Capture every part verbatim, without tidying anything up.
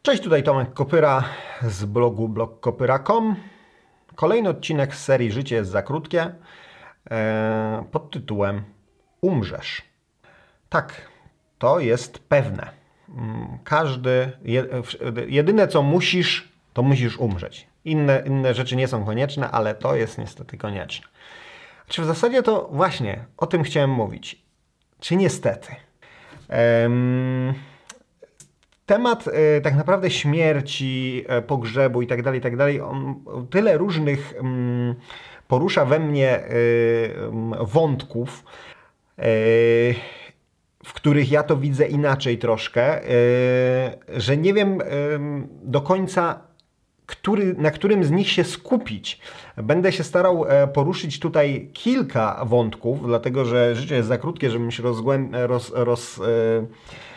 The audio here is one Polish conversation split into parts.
Cześć, tutaj Tomek Kopyra z blogu blog kopyra kropka com. Kolejny odcinek z serii Życie jest za krótkie e, pod tytułem Umrzesz. Tak, to jest pewne. Każdy, jedyne co musisz, to musisz umrzeć. Inne, inne rzeczy nie są konieczne, ale to jest niestety konieczne. Czy w zasadzie to właśnie o tym chciałem mówić. Czy niestety? Ehm... Temat y, tak naprawdę śmierci, y, pogrzebu i tak dalej, i tak dalej, on tyle różnych y, porusza we mnie y, y, wątków, y, w których ja to widzę inaczej troszkę, y, że nie wiem y, do końca, który, na którym z nich się skupić. Będę się starał y, poruszyć tutaj kilka wątków, dlatego że życie jest za krótkie, żebym się rozgłęb- roz, roz, y,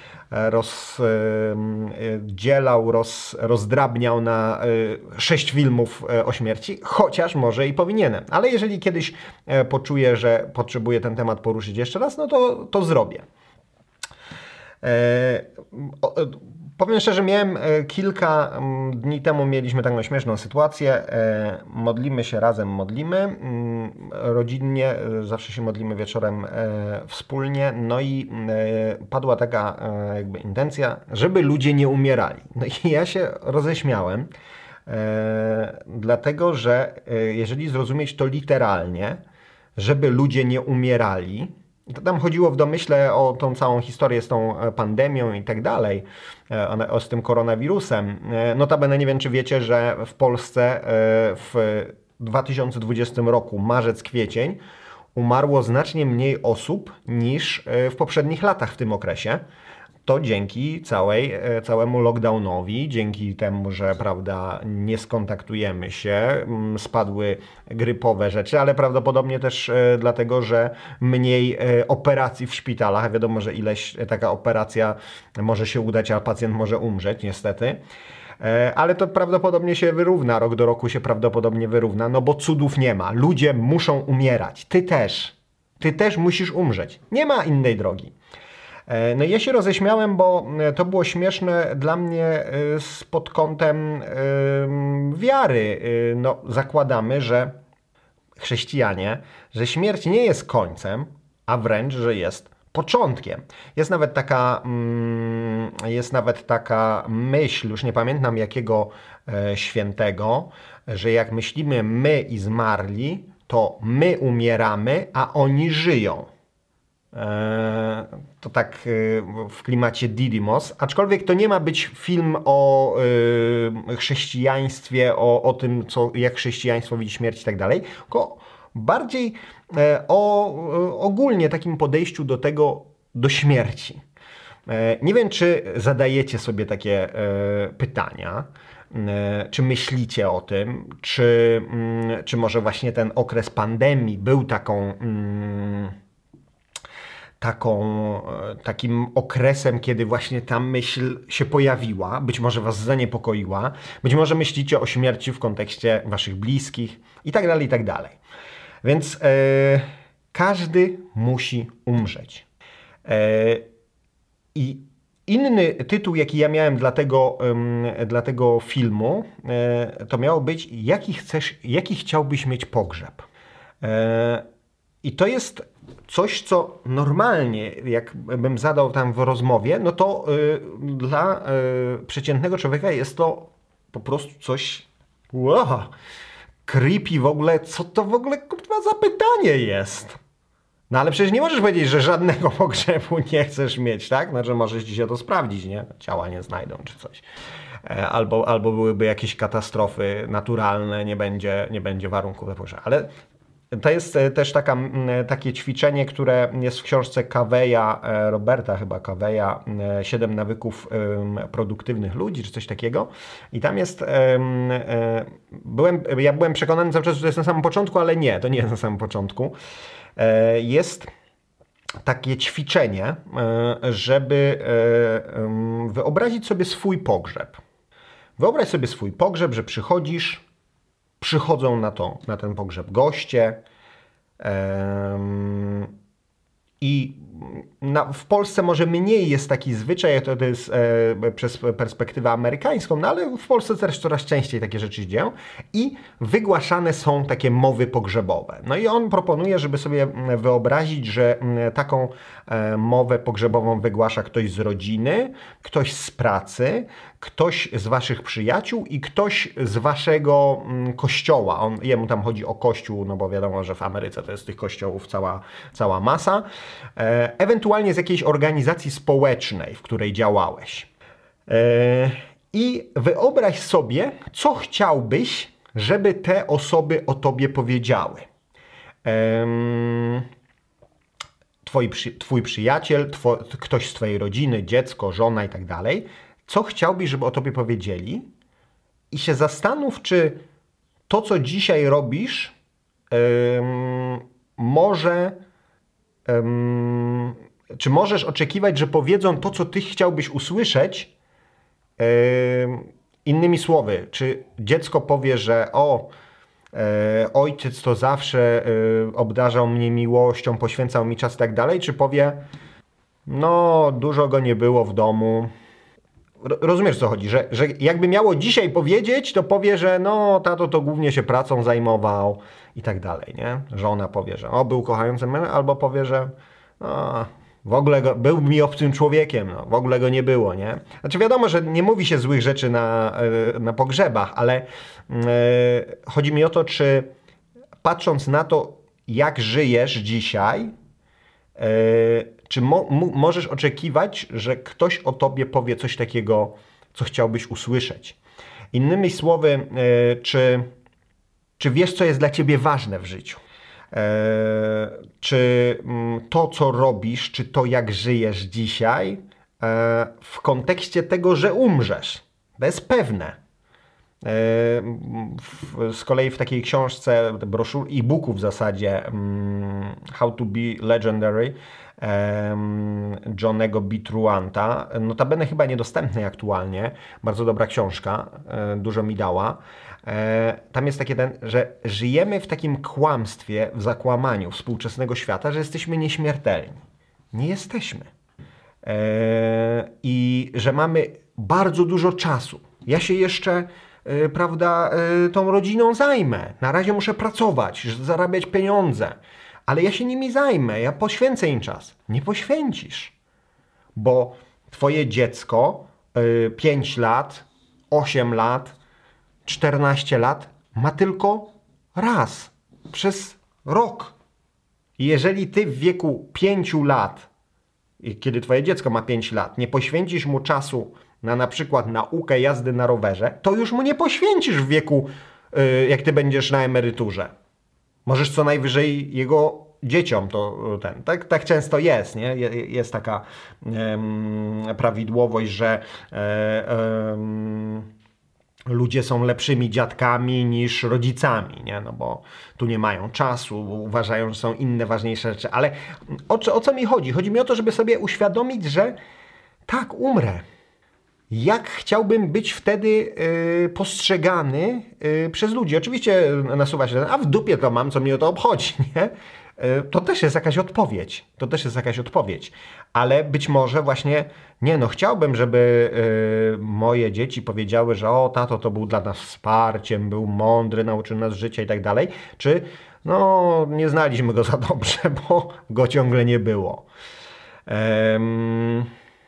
rozdzielał, roz, rozdrabniał na sześć filmów o śmierci, chociaż może i powinienem. Ale jeżeli kiedyś poczuję, że potrzebuję ten temat poruszyć jeszcze raz, no to, to zrobię. Powiem szczerze, miałem kilka dni temu, mieliśmy taką śmieszną sytuację. Modlimy się razem, modlimy. Rodzinnie, zawsze się modlimy wieczorem wspólnie. No i padła taka jakby intencja, żeby ludzie nie umierali. No i ja się roześmiałem, dlatego że jeżeli zrozumieć to literalnie, żeby ludzie nie umierali, to tam chodziło w domyśle o tą całą historię z tą pandemią i tak dalej, o, z tym koronawirusem. Notabene nie wiem, czy wiecie, że w Polsce w dwa tysiące dwudziestym roku, marzec, kwiecień, umarło znacznie mniej osób niż w poprzednich latach w tym okresie. To dzięki całej, całemu lockdownowi, dzięki temu, że prawda, nie skontaktujemy się, spadły grypowe rzeczy, ale prawdopodobnie też dlatego, że mniej operacji w szpitalach. Wiadomo, że ileś taka operacja może się udać, a pacjent może umrzeć, niestety. Ale to prawdopodobnie się wyrówna, rok do roku się prawdopodobnie wyrówna, no bo cudów nie ma. Ludzie muszą umierać. Ty też. Ty też musisz umrzeć. Nie ma innej drogi. No i ja się roześmiałem, bo to było śmieszne dla mnie pod kątem wiary. No, zakładamy, że chrześcijanie, że śmierć nie jest końcem, a wręcz, że jest początkiem. Jest nawet taka, jest nawet taka myśl, już nie pamiętam jakiego świętego, że jak myślimy my i zmarli, to my umieramy, a oni żyją. To tak w klimacie Didymos, aczkolwiek to nie ma być film o chrześcijaństwie, o, o tym, co, jak chrześcijaństwo widzi śmierć i tak dalej, tylko bardziej o ogólnie takim podejściu do tego, do śmierci. Nie wiem, czy zadajecie sobie takie pytania, czy myślicie o tym, czy, czy może właśnie ten okres pandemii był taką taką, takim okresem, kiedy właśnie ta myśl się pojawiła, być może was zaniepokoiła, być może myślicie o śmierci w kontekście waszych bliskich i tak dalej, i tak dalej. Więc e, każdy musi umrzeć. E, I inny tytuł, jaki ja miałem dla tego, um, dla tego filmu, e, to miało być jaki chcesz, jaki chciałbyś mieć pogrzeb. E, I to jest coś, co normalnie, jakbym zadał tam w rozmowie, no to y, dla y, przeciętnego człowieka jest to po prostu coś wow, creepy w ogóle. Co to w ogóle kurwa za pytanie jest? No ale przecież nie możesz powiedzieć, że żadnego pogrzebu nie chcesz mieć, tak? Znaczy możesz dzisiaj to sprawdzić, nie? Ciała nie znajdą czy coś. Albo, albo byłyby jakieś katastrofy naturalne, nie będzie, nie będzie warunków do pogrzebu. Ale to jest też taka, takie ćwiczenie, które jest w książce Caveya, Roberta chyba Caveya, siedem nawyków produktywnych ludzi, czy coś takiego. I tam jest, byłem, ja byłem przekonany cały czas, że to jest na samym początku, ale nie, to nie jest na samym początku. Jest takie ćwiczenie, żeby wyobrazić sobie swój pogrzeb. Wyobraź sobie swój pogrzeb, że przychodzisz, przychodzą na, to, na ten pogrzeb goście um, i na, w Polsce może mniej jest taki zwyczaj, to, to jest e, przez perspektywę amerykańską, no ale w Polsce też coraz częściej takie rzeczy się dzieją i wygłaszane są takie mowy pogrzebowe. No i on proponuje, żeby sobie wyobrazić, że taką e, mowę pogrzebową wygłasza ktoś z rodziny, ktoś z pracy, ktoś z waszych przyjaciół i ktoś z waszego mm, kościoła. On, jemu tam chodzi o kościół, no bo wiadomo, że w Ameryce to jest tych kościołów cała, cała masa. E, ewentualnie z jakiejś organizacji społecznej, w której działałeś. E, I wyobraź sobie, co chciałbyś, żeby te osoby o tobie powiedziały. E, twoi, twój przyjaciel, two, ktoś z twojej rodziny, dziecko, żona i tak dalej. Co chciałbyś, żeby o tobie powiedzieli? I się zastanów, czy to, co dzisiaj robisz, ym, może, ym, czy możesz oczekiwać, że powiedzą to, co ty chciałbyś usłyszeć, ym, innymi słowy, czy dziecko powie, że o, e, ojciec to zawsze e, obdarzał mnie miłością, poświęcał mi czas i tak dalej, czy powie, no dużo go nie było w domu. Rozumiesz, co chodzi? Że, że jakby miało dzisiaj powiedzieć, to powie, że no tato to głównie się pracą zajmował i tak dalej, nie? Żona powie, że o, był kochającym mężem, albo powie, że no, w ogóle go, był mi obcym człowiekiem, no, w ogóle go nie było, nie? Znaczy wiadomo, że nie mówi się złych rzeczy na, na pogrzebach, ale yy, chodzi mi o to, czy patrząc na to, jak żyjesz dzisiaj, yy, czy mo możesz oczekiwać, że ktoś o tobie powie coś takiego, co chciałbyś usłyszeć? Innymi słowy, yy, czy, czy wiesz, co jest dla ciebie ważne w życiu? Yy, czy yy, to, co robisz, czy to, jak żyjesz dzisiaj, yy, w kontekście tego, że umrzesz? To jest pewne. Yy, w, z kolei w takiej książce, broszur, e-booku w zasadzie, yy, How to be Legendary, Johnego B. Truanta, notabene chyba niedostępnej aktualnie, bardzo dobra książka, dużo mi dała. Tam jest takie ten, że żyjemy w takim kłamstwie, w zakłamaniu współczesnego świata, że jesteśmy nieśmiertelni. Nie jesteśmy. I że mamy bardzo dużo czasu. Ja się jeszcze, prawda, tą rodziną zajmę. Na razie muszę pracować, zarabiać pieniądze. Ale ja się nimi zajmę, ja poświęcę im czas. Nie poświęcisz, bo twoje dziecko yy, pięć lat, osiem lat, czternaście lat ma tylko raz przez rok. I jeżeli ty w wieku pięciu lat, kiedy twoje dziecko ma pięć lat, nie poświęcisz mu czasu na na przykład naukę jazdy na rowerze, to już mu nie poświęcisz w wieku, yy, jak ty będziesz na emeryturze. Możesz co najwyżej jego dzieciom to ten. Tak, tak często jest, nie? Jest taka um, prawidłowość, że um, ludzie są lepszymi dziadkami niż rodzicami, nie? No bo tu nie mają czasu, uważają, że są inne ważniejsze rzeczy. Ale o co, o co mi chodzi? Chodzi mi o to, żeby sobie uświadomić, że tak, umrę. Jak chciałbym być wtedy y, postrzegany y, przez ludzi? Oczywiście nasuwa się ten, a w dupie to mam, co mnie to obchodzi, nie? Y, to też jest jakaś odpowiedź. To też jest jakaś odpowiedź. Ale być może właśnie, nie no, chciałbym, żeby y, moje dzieci powiedziały, że o, tato to był dla nas wsparciem, był mądry, nauczył nas życia i tak dalej. Czy no, nie znaliśmy go za dobrze, bo go ciągle nie było. Um,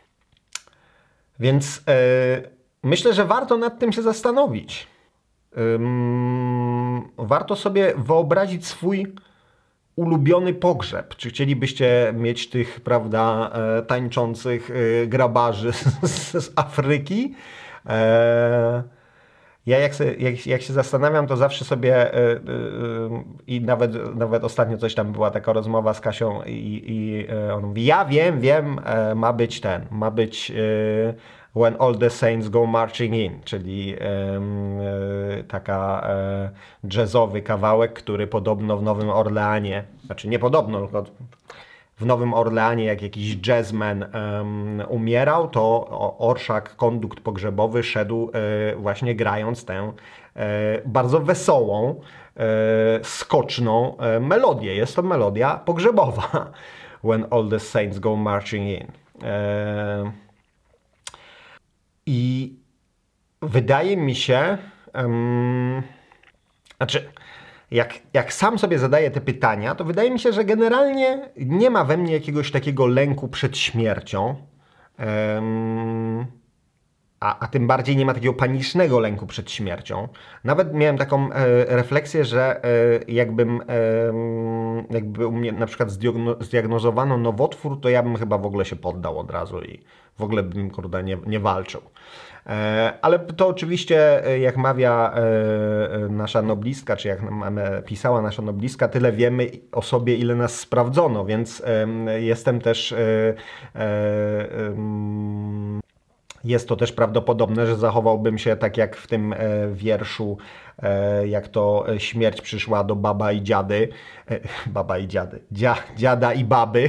Więc yy, myślę, że warto nad tym się zastanowić. Yy, warto sobie wyobrazić swój ulubiony pogrzeb. Czy chcielibyście mieć tych, prawda, e, tańczących e, grabarzy z, z Afryki? E, ja jak, se, jak, jak się zastanawiam, to zawsze sobie e, e, i nawet, nawet ostatnio coś tam była taka rozmowa z Kasią i, i e, on mówi, ja wiem, wiem, e, ma być ten, ma być e, When All the Saints Go Marching In, czyli e, e, taka e, jazzowy kawałek, który podobno w Nowym Orleanie, znaczy nie podobno, tylko w Nowym Orleanie, jak jakiś jazzman um, umierał, to orszak, kondukt pogrzebowy szedł e, właśnie grając tę e, bardzo wesołą, e, skoczną e, melodię. Jest to melodia pogrzebowa. when all the saints go marching in. E, I wydaje mi się, um, znaczy, jak, jak sam sobie zadaję te pytania, to wydaje mi się, że generalnie nie ma we mnie jakiegoś takiego lęku przed śmiercią. Um, A, a tym bardziej nie ma takiego panicznego lęku przed śmiercią. Nawet miałem taką e, refleksję, że e, jakbym e, jakby u mnie na przykład zdiagno- zdiagnozowano nowotwór, to ja bym chyba w ogóle się poddał od razu i w ogóle bym, kurde, nie, nie walczył. E, ale to oczywiście, e, jak mawia e, nasza noblistka, czy jak nam, e, pisała nasza noblistka, tyle wiemy o sobie, ile nas sprawdzono, więc e, jestem też e, e, e, jest to też prawdopodobne, że zachowałbym się tak jak w tym e, wierszu, e, jak to śmierć przyszła do baba i dziady. E, baba i dziady. Dzia, dziada i baby.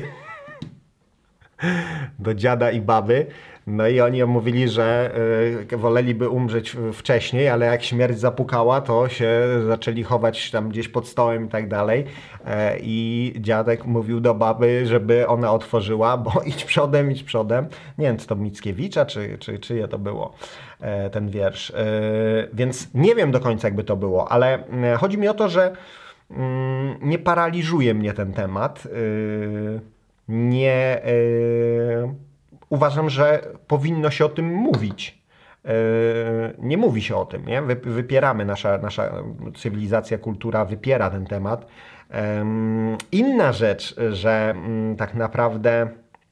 Do dziada i baby. No i oni mówili, że y, woleliby umrzeć wcześniej, ale jak śmierć zapukała, to się zaczęli chować tam gdzieś pod stołem i tak dalej. E, I dziadek mówił do baby, żeby ona otworzyła, bo idź przodem, idź przodem. Nie wiem, czy to Mickiewicza, czy, czy czyje to było, e, ten wiersz. E, więc nie wiem do końca, jakby to było, ale e, chodzi mi o to, że mm, nie paraliżuje mnie ten temat. E, nie... E, Uważam, że powinno się o tym mówić. Nie mówi się o tym, nie? Wypieramy, nasza, nasza cywilizacja, kultura wypiera ten temat. Inna rzecz, że tak naprawdę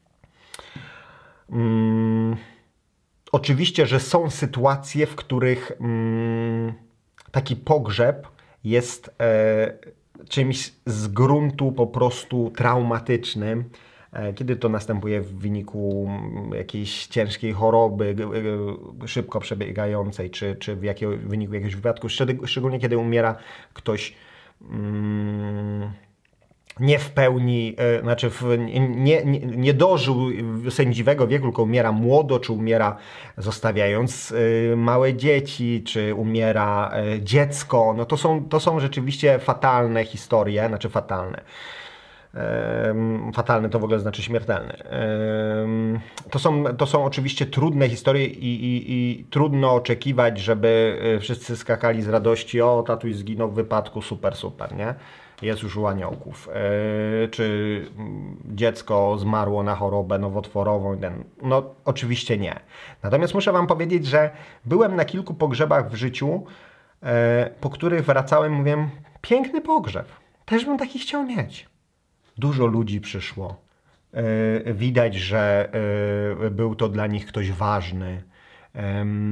um, oczywiście, że są sytuacje, w których um, taki pogrzeb jest e, czymś z gruntu po prostu traumatycznym. Kiedy to następuje w wyniku jakiejś ciężkiej choroby, szybko przebiegającej, czy, czy w, jakiego, w wyniku jakiegoś wypadku, szczególnie kiedy umiera ktoś mm, nie w pełni, znaczy w, nie, nie, nie dożył sędziwego wieku, tylko umiera młodo, czy umiera zostawiając małe dzieci, czy umiera dziecko. No to są, to są rzeczywiście fatalne historie, znaczy fatalne. Fatalny to w ogóle znaczy śmiertelny. To są, to są oczywiście trudne historie i, i, i trudno oczekiwać, żeby wszyscy skakali z radości: o, tatuś zginął w wypadku, super, super, nie? Jest już u aniołków. Czy dziecko zmarło na chorobę nowotworową? No oczywiście nie. Natomiast muszę wam powiedzieć, że byłem na kilku pogrzebach w życiu, po których wracałem i mówię: piękny pogrzeb, też bym taki chciał mieć. Dużo ludzi przyszło. Yy, widać, że yy, był to dla nich ktoś ważny. Yy,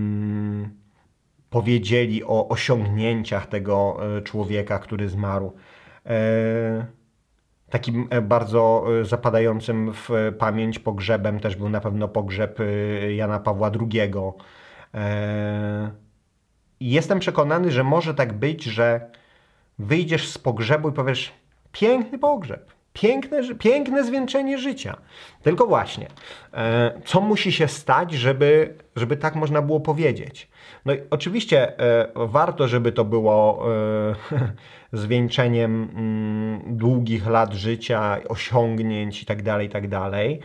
powiedzieli o osiągnięciach tego yy, człowieka, który zmarł. Yy, takim yy, bardzo yy, zapadającym w pamięć pogrzebem też był na pewno pogrzeb yy, Jana Pawła drugiego. Yy, jestem przekonany, że może tak być, że wyjdziesz z pogrzebu i powiesz: piękny pogrzeb. Piękne, piękne zwieńczenie życia. Tylko właśnie, e, co musi się stać, żeby, żeby tak można było powiedzieć? No i oczywiście e, warto, żeby to było e, zwieńczeniem m, długich lat życia, osiągnięć itd., itd. E,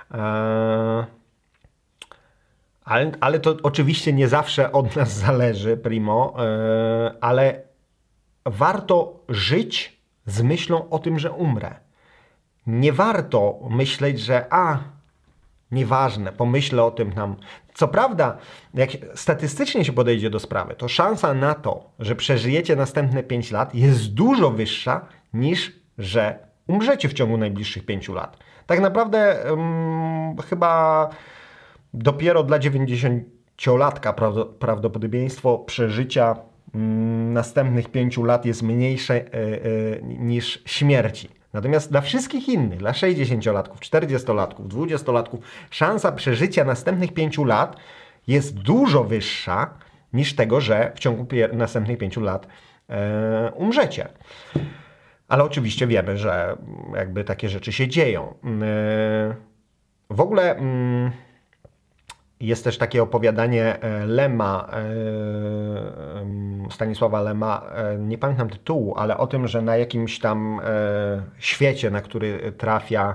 ale, ale to oczywiście nie zawsze od nas zależy, primo, e, ale warto żyć z myślą o tym, że umrę. Nie warto myśleć, że a, nieważne, pomyślę o tym tam. Co prawda, jak statystycznie się podejdzie do sprawy, to szansa na to, że przeżyjecie następne pięć lat jest dużo wyższa niż że umrzecie w ciągu najbliższych pięciu lat. Tak naprawdę um, chyba dopiero dla dziewięćdziesięciolatka prawdopodobieństwo przeżycia um, następnych pięciu lat jest mniejsze y, y, niż śmierci. Natomiast dla wszystkich innych, dla sześćdziesięciolatków, czterdziestolatków, dwudziestolatków, szansa przeżycia następnych pięciu lat jest dużo wyższa niż tego, że w ciągu następnych pięciu lat e, umrzecie. Ale oczywiście wiemy, że jakby takie rzeczy się dzieją. E, w ogóle mm, jest też takie opowiadanie Lema, Stanisława Lema, nie pamiętam tytułu, ale o tym, że na jakimś tam świecie, na który trafia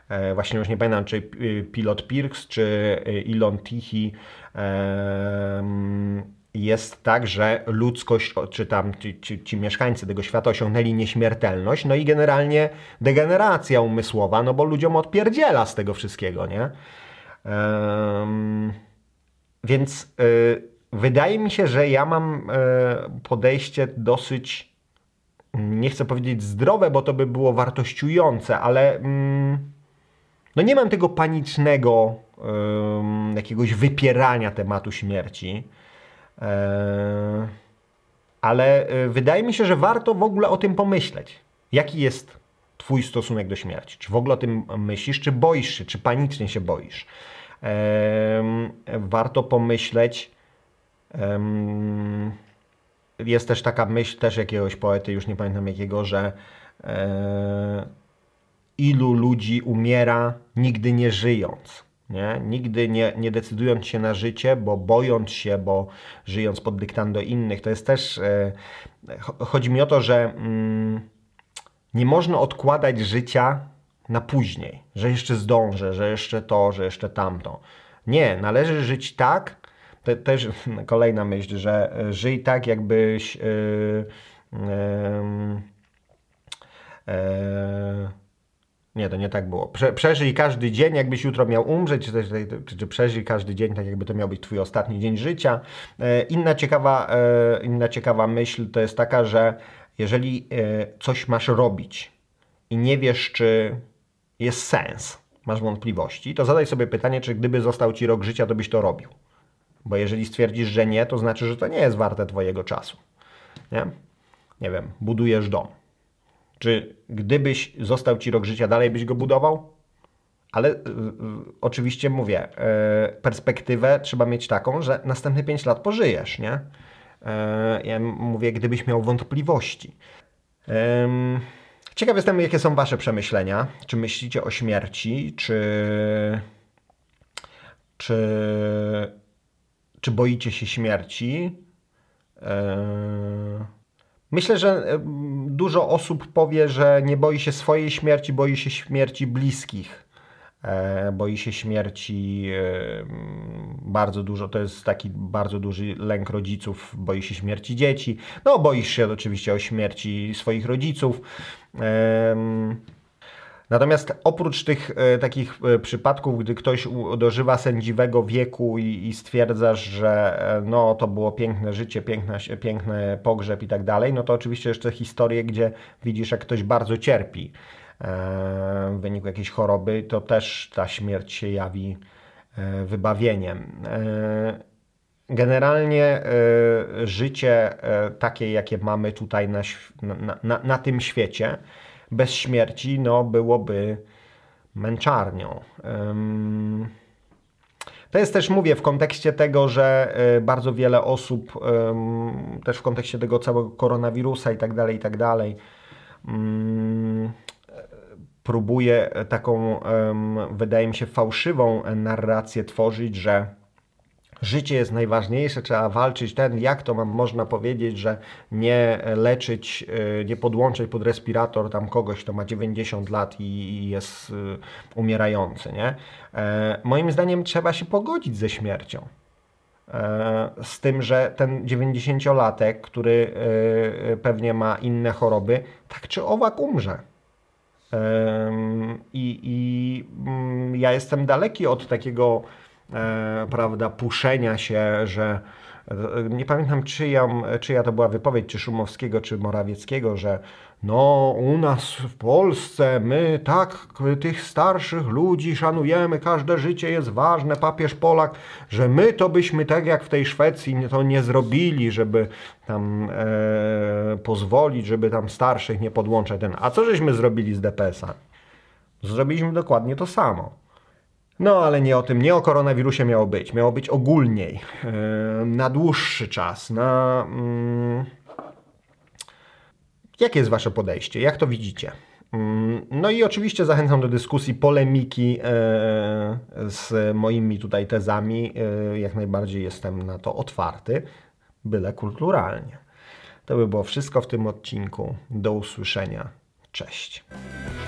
e, właśnie już nie pamiętam, czy Pilot Pirks, czy Elon Tichy, e, jest tak, że ludzkość, czy tam ci, ci, ci mieszkańcy tego świata osiągnęli nieśmiertelność, no i generalnie degeneracja umysłowa, no bo ludziom odpierdziela z tego wszystkiego, nie? Um, więc y, wydaje mi się, że ja mam y, podejście dosyć, nie chcę powiedzieć zdrowe, bo to by było wartościujące, ale mm, no nie mam tego panicznego y, jakiegoś wypierania tematu śmierci. E, ale e, wydaje mi się, że warto w ogóle o tym pomyśleć. Jaki jest twój stosunek do śmierci? Czy w ogóle o tym myślisz, czy boisz się, czy panicznie się boisz? E, warto pomyśleć. E, jest też taka myśl też jakiegoś poety, już nie pamiętam jakiego, że e, ilu ludzi umiera nigdy nie żyjąc. Nie? Nigdy nie, nie decydując się na życie, bo bojąc się, bo żyjąc pod dyktando innych, to jest też, e, chodzi mi o to, że mm, nie można odkładać życia na później, że jeszcze zdążę, że jeszcze to, że jeszcze tamto. Nie, należy żyć tak, to też kolejna myśl, że żyj tak, jakbyś yy, yy, yy, nie, to nie tak było. Prze, przeżyj każdy dzień, jakbyś jutro miał umrzeć, czy, też, czy, czy przeżyj każdy dzień, tak jakby to miał być twój ostatni dzień życia. E, inna, ciekawa, e, inna ciekawa myśl to jest taka, że jeżeli e, coś masz robić i nie wiesz, czy jest sens, masz wątpliwości, to zadaj sobie pytanie, czy gdyby został ci rok życia, to byś to robił. Bo jeżeli stwierdzisz, że nie, to znaczy, że to nie jest warte twojego czasu. Nie? Nie wiem, budujesz dom. Czy gdybyś został ci rok życia, dalej byś go budował? Ale y, y, oczywiście mówię, y, perspektywę trzeba mieć taką, że następne pięć lat pożyjesz, nie? Y, ja mówię, gdybyś miał wątpliwości. Y, ciekaw jestem, jakie są wasze przemyślenia. Czy myślicie o śmierci, czy, czy, czy boicie się śmierci? Y, Myślę, że dużo osób powie, że nie boi się swojej śmierci, boi się śmierci bliskich. E, boi się śmierci e, bardzo dużo, to jest taki bardzo duży lęk rodziców, boi się śmierci dzieci. No, boisz się oczywiście o śmierci swoich rodziców. E, Natomiast oprócz tych e, takich e, przypadków, gdy ktoś u, dożywa sędziwego wieku i, i stwierdzasz, że e, no to było piękne życie, piękne, piękny pogrzeb i tak dalej, no to oczywiście jeszcze historie, gdzie widzisz, jak ktoś bardzo cierpi e, w wyniku jakiejś choroby, to też ta śmierć się jawi e, wybawieniem. E, Generalnie e, życie e, takie, jakie mamy tutaj na, na, na, na tym świecie, bez śmierci, no byłoby męczarnią. Um, to jest też, mówię, w kontekście tego, że y, bardzo wiele osób, um, też w kontekście tego całego koronawirusa i tak dalej, i tak dalej, um, próbuje taką, um, wydaje mi się, fałszywą narrację tworzyć, że życie jest najważniejsze, trzeba walczyć. Ten, jak to mam, można powiedzieć, że nie leczyć, nie podłączyć pod respirator tam kogoś, kto ma dziewięćdziesiąt lat i jest umierający, nie? E, moim zdaniem trzeba się pogodzić ze śmiercią. E, z tym, że ten dziewięćdziesięciolatek, który e, pewnie ma inne choroby, tak czy owak umrze. I, i mm, ja jestem daleki od takiego E, prawda, puszenia się, że e, nie pamiętam czyja, czyja to była wypowiedź, czy Szumowskiego, czy Morawieckiego, że no u nas w Polsce my tak tych starszych ludzi szanujemy, każde życie jest ważne, papież Polak, że my to byśmy tak jak w tej Szwecji to nie zrobili, żeby tam e, pozwolić, żeby tam starszych nie podłączać. Ten. A co żeśmy zrobili z D P S-ami? Zrobiliśmy dokładnie to samo. No, ale nie o tym, nie o koronawirusie miało być. Miało być ogólniej, yy, na dłuższy czas. Na, yy... Jakie jest wasze podejście? Jak to widzicie? Yy, no i oczywiście zachęcam do dyskusji, polemiki yy, z moimi tutaj tezami. Yy, jak najbardziej jestem na to otwarty, byle kulturalnie. To by było wszystko w tym odcinku. Do usłyszenia. Cześć.